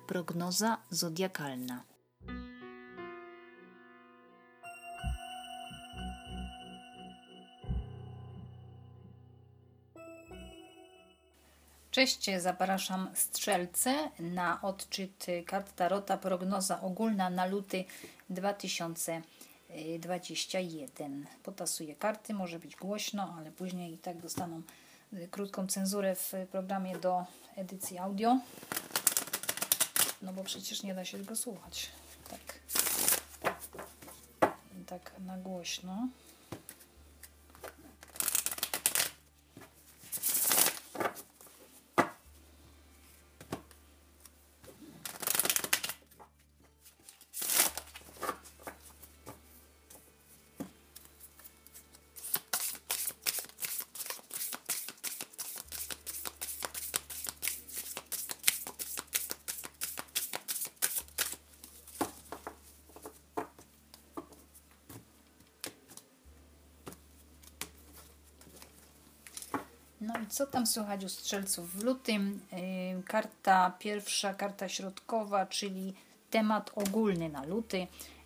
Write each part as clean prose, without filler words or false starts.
Prognoza zodiakalna. Cześć, zapraszam Strzelce na odczyt kart Tarota. Prognoza ogólna na luty 2021. Potasuję karty, może być głośno, ale później i tak dostaną krótką cenzurę w programie do edycji audio. No bo przecież nie da się tego słuchać. Tak na głośno. No i co tam słychać u Strzelców w lutym? Karta pierwsza, karta środkowa, czyli temat ogólny na luty.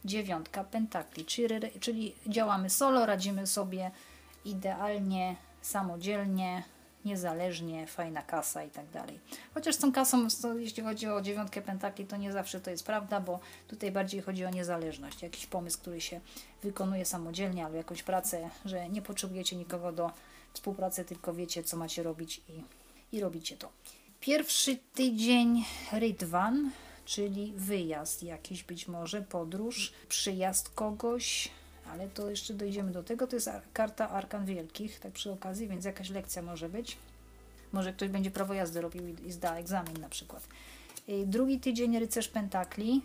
9 pentakli, czyli działamy solo, radzimy sobie idealnie, samodzielnie, niezależnie, fajna kasa i tak dalej. Chociaż z tą kasą, jeśli chodzi o 9 pentakli, to nie zawsze to jest prawda, bo tutaj bardziej chodzi o niezależność. Jakiś pomysł, który się wykonuje samodzielnie, albo jakąś pracę, że nie potrzebujecie nikogo do współpracy, tylko wiecie, co macie robić i robicie to. Pierwszy tydzień rydwan, czyli wyjazd jakiś, być może podróż, przyjazd kogoś, ale to jeszcze dojdziemy do tego. To jest karta arkan wielkich, tak przy okazji, więc jakaś lekcja może być. Może ktoś będzie prawo jazdy robił i zda egzamin na przykład. Drugi tydzień rycerz pentakli,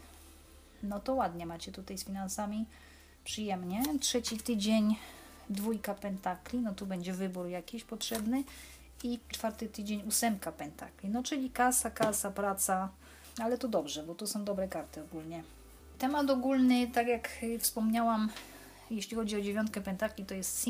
no to ładnie macie tutaj z finansami, przyjemnie. Trzeci tydzień dwójka pentakli, no tu będzie wybór jakiś potrzebny. I czwarty tydzień 8 pentakli, no czyli kasa, praca, ale to dobrze, bo to są dobre karty ogólnie. Temat ogólny, tak jak wspomniałam, jeśli chodzi o 9 pentakli, to jest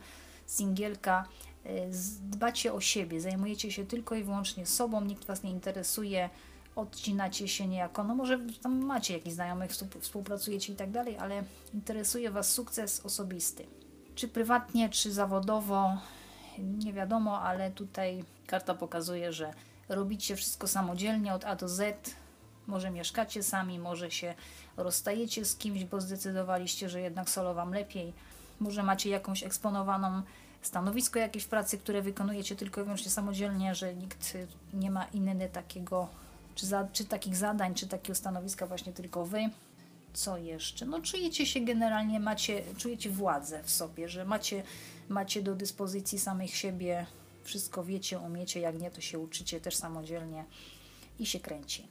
singielka. Dbacie o siebie, zajmujecie się tylko i wyłącznie sobą, nikt Was nie interesuje, odcinacie się niejako, no może tam macie jakichś znajomych, współpracujecie i tak dalej, ale interesuje Was sukces osobisty. Czy prywatnie, czy zawodowo, nie wiadomo, ale tutaj karta pokazuje, że robicie wszystko samodzielnie od A do Z. Może mieszkacie sami, może się rozstajecie z kimś, bo zdecydowaliście, że jednak solo Wam lepiej. Może macie jakąś eksponowaną stanowisko jakieś w pracy, które wykonujecie tylko i wyłącznie samodzielnie, że nikt nie ma inny takiego, czy takich zadań, czy takiego stanowiska właśnie tylko Wy. Co jeszcze? No czujecie się generalnie, czujecie władzę w sobie, że macie do dyspozycji samych siebie, wszystko wiecie, umiecie, jak nie, to się uczycie też samodzielnie i się kręci.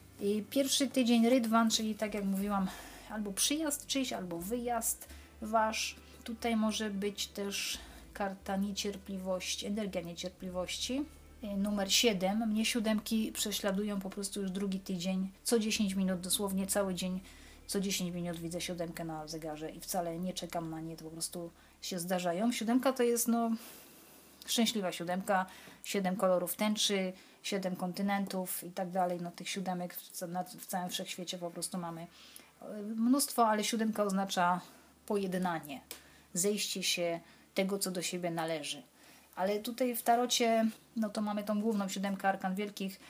I pierwszy tydzień rydwan, czyli tak jak mówiłam, albo przyjazd czyjś, albo wyjazd Wasz. Tutaj może być też karta niecierpliwości, energia niecierpliwości. Numer 7. Mnie siódemki prześladują po prostu już drugi tydzień. Co 10 minut, dosłownie cały dzień, co 10 minut widzę siódemkę na zegarze i wcale nie czekam na nie, to po prostu się zdarzają. Siódemka to jest szczęśliwa siódemka, 7 kolorów tęczy, 7 kontynentów i tak dalej. No tych siódemek w całym wszechświecie po prostu mamy mnóstwo, ale siódemka oznacza pojednanie, zejście się tego, co do siebie należy. Ale tutaj w tarocie, no to mamy tą główną siódemkę arkan wielkich,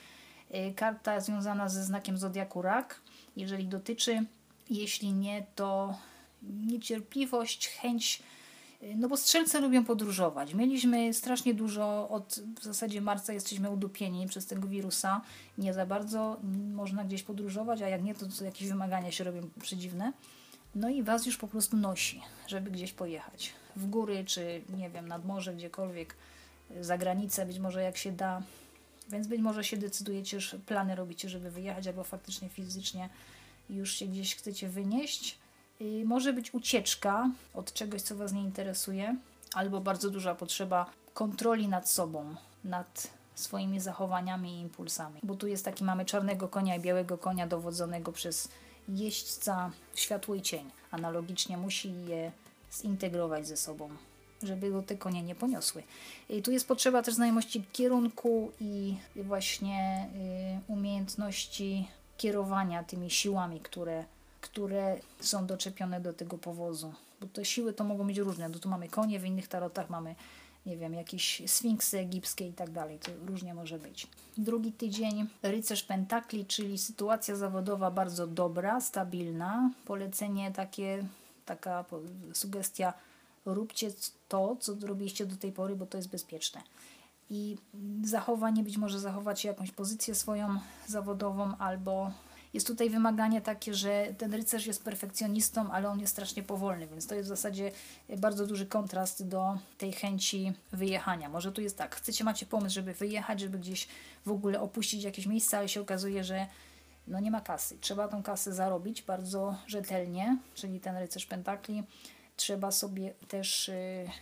karta związana ze znakiem zodiaku rak, jeżeli dotyczy, jeśli nie, to niecierpliwość, chęć, no bo strzelce lubią podróżować. Mieliśmy strasznie dużo, od w zasadzie marca jesteśmy udupieni przez tego wirusa, nie za bardzo można gdzieś podróżować, a jak nie, to jakieś wymagania się robią przedziwne. No i Was już po prostu nosi, żeby gdzieś pojechać. W góry, czy nie wiem, nad morze, gdziekolwiek, za granicę, być może jak się da. Więc być może się decydujecie, już plany robicie, żeby wyjechać, albo faktycznie fizycznie już się gdzieś chcecie wynieść. Może być ucieczka od czegoś, co Was nie interesuje, albo bardzo duża potrzeba kontroli nad sobą, nad swoimi zachowaniami i impulsami. Bo tu jest taki, mamy czarnego konia i białego konia dowodzonego przez jeźdźca, światło i cień. Analogicznie musi je zintegrować ze sobą, żeby go te konie nie poniosły. I tu jest potrzeba też znajomości kierunku i właśnie umiejętności kierowania tymi siłami, które są doczepione do tego powozu. Bo te siły to mogą być różne. No tu mamy konie, w innych tarotach mamy, nie wiem, jakieś sfinksy egipskie i tak dalej. To różnie może być. Drugi tydzień rycerz pentakli, czyli sytuacja zawodowa bardzo dobra, stabilna. Polecenie taka sugestia: róbcie to, co robiliście do tej pory, bo to jest bezpieczne. I być może zachowacie jakąś pozycję swoją zawodową, albo jest tutaj wymaganie takie, że ten rycerz jest perfekcjonistą, ale on jest strasznie powolny, więc to jest w zasadzie bardzo duży kontrast do tej chęci wyjechania. Może tu jest tak, macie pomysł, żeby wyjechać, żeby gdzieś w ogóle opuścić jakieś miejsce, ale się okazuje, że no nie ma kasy. Trzeba tą kasę zarobić bardzo rzetelnie, czyli ten rycerz pentakli. Trzeba sobie też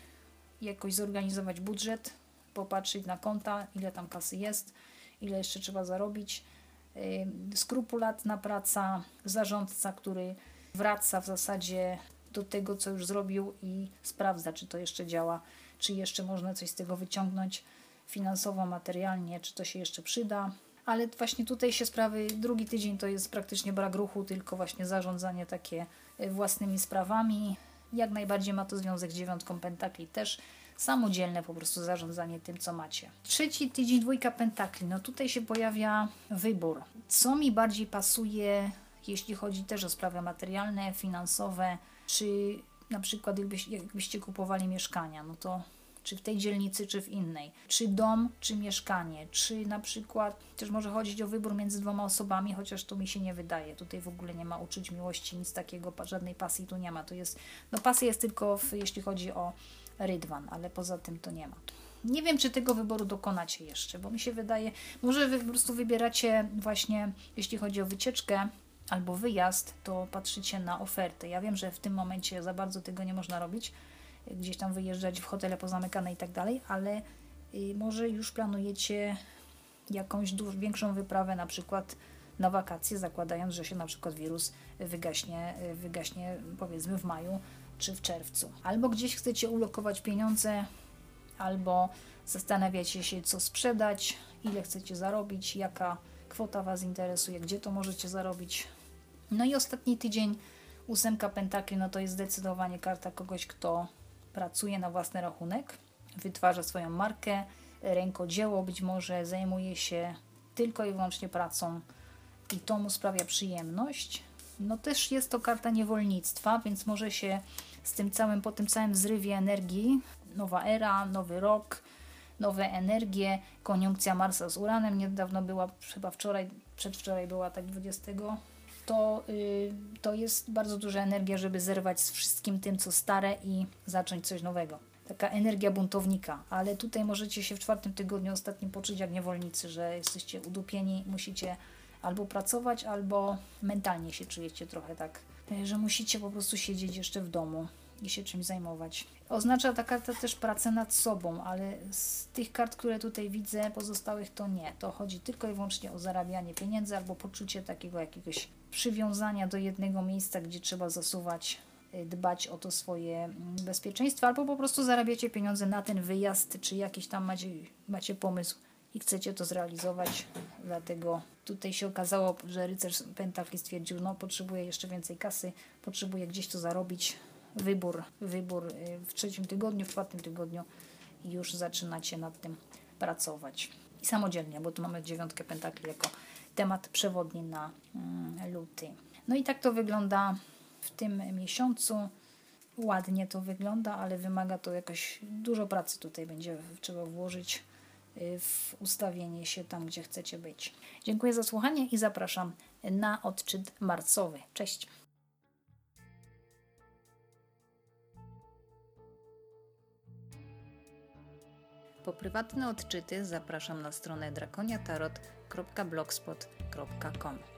jakoś zorganizować budżet, popatrzeć na konta, ile tam kasy jest, ile jeszcze trzeba zarobić. Skrupulatna praca, zarządca, który wraca w zasadzie do tego, co już zrobił i sprawdza, czy to jeszcze działa, czy jeszcze można coś z tego wyciągnąć finansowo, materialnie, czy to się jeszcze przyda. Ale właśnie tutaj się sprawy, drugi tydzień to jest praktycznie brak ruchu, tylko właśnie zarządzanie takie własnymi sprawami. Jak najbardziej ma to związek z 9 pentakli też. Samodzielne po prostu zarządzanie tym, co macie. Trzeci tydzień 2 pentakli. No tutaj się pojawia wybór. Co mi bardziej pasuje, jeśli chodzi też o sprawy materialne, finansowe, czy na przykład jakbyście kupowali mieszkania, no to czy w tej dzielnicy, czy w innej. Czy dom, czy mieszkanie. Czy na przykład też może chodzić o wybór między 2 osobami, chociaż to mi się nie wydaje. Tutaj w ogóle nie ma uczuć miłości, nic takiego, żadnej pasji tu nie ma. To jest, no pasja jest tylko jeśli chodzi o rydwan, ale poza tym to nie ma. Nie wiem, czy tego wyboru dokonacie jeszcze, bo mi się wydaje, może wy po prostu wybieracie właśnie, jeśli chodzi o wycieczkę albo wyjazd, to patrzycie na ofertę. Ja wiem, że w tym momencie za bardzo tego nie można robić, gdzieś tam wyjeżdżać w hotele pozamykane i tak dalej, ale może już planujecie jakąś większą wyprawę, na przykład na wakacje, zakładając, że się na przykład wirus wygaśnie powiedzmy w maju czy w czerwcu. Albo gdzieś chcecie ulokować pieniądze, albo zastanawiacie się, co sprzedać, ile chcecie zarobić, jaka kwota Was interesuje, gdzie to możecie zarobić. No i ostatni tydzień 8 pentakli, no to jest zdecydowanie karta kogoś, kto pracuje na własny rachunek, wytwarza swoją markę, rękodzieło, być może zajmuje się tylko i wyłącznie pracą i to mu sprawia przyjemność. No też jest to karta niewolnictwa, więc może się po tym całym zrywie energii, nowa era, nowy rok, nowe energie, koniunkcja Marsa z Uranem niedawno była, chyba przedwczoraj była, tak 20. To jest bardzo duża energia, żeby zerwać z wszystkim tym, co stare i zacząć coś nowego. Taka energia buntownika, ale tutaj możecie się w 4 tygodniu ostatnim poczuć jak niewolnicy, że jesteście udupieni, musicie albo pracować, albo mentalnie się czujecie trochę tak, że musicie po prostu siedzieć jeszcze w domu i się czymś zajmować. Oznacza ta karta też pracę nad sobą, ale z tych kart, które tutaj widzę, pozostałych to nie. To chodzi tylko i wyłącznie o zarabianie pieniędzy albo poczucie takiego jakiegoś przywiązania do jednego miejsca, gdzie trzeba zasuwać, dbać o to swoje bezpieczeństwo, albo po prostu zarabiacie pieniądze na ten wyjazd, czy jakiś tam macie pomysł i chcecie to zrealizować. Dlatego tutaj się okazało, że rycerz pentakli stwierdził, no potrzebuję jeszcze więcej kasy, potrzebuję gdzieś to zarobić. Wybór w 3 tygodniu, w 4 tygodniu i już zaczynacie nad tym pracować. I samodzielnie, bo tu mamy 9 pentakli jako temat przewodni na luty. No i tak to wygląda w tym miesiącu. Ładnie to wygląda, ale wymaga to jakoś dużo pracy tutaj będzie trzeba włożyć w ustawienie się tam, gdzie chcecie być. Dziękuję za słuchanie i zapraszam na odczyt marcowy. Cześć! Po prywatne odczyty zapraszam na stronę drakoniatarot.blogspot.com.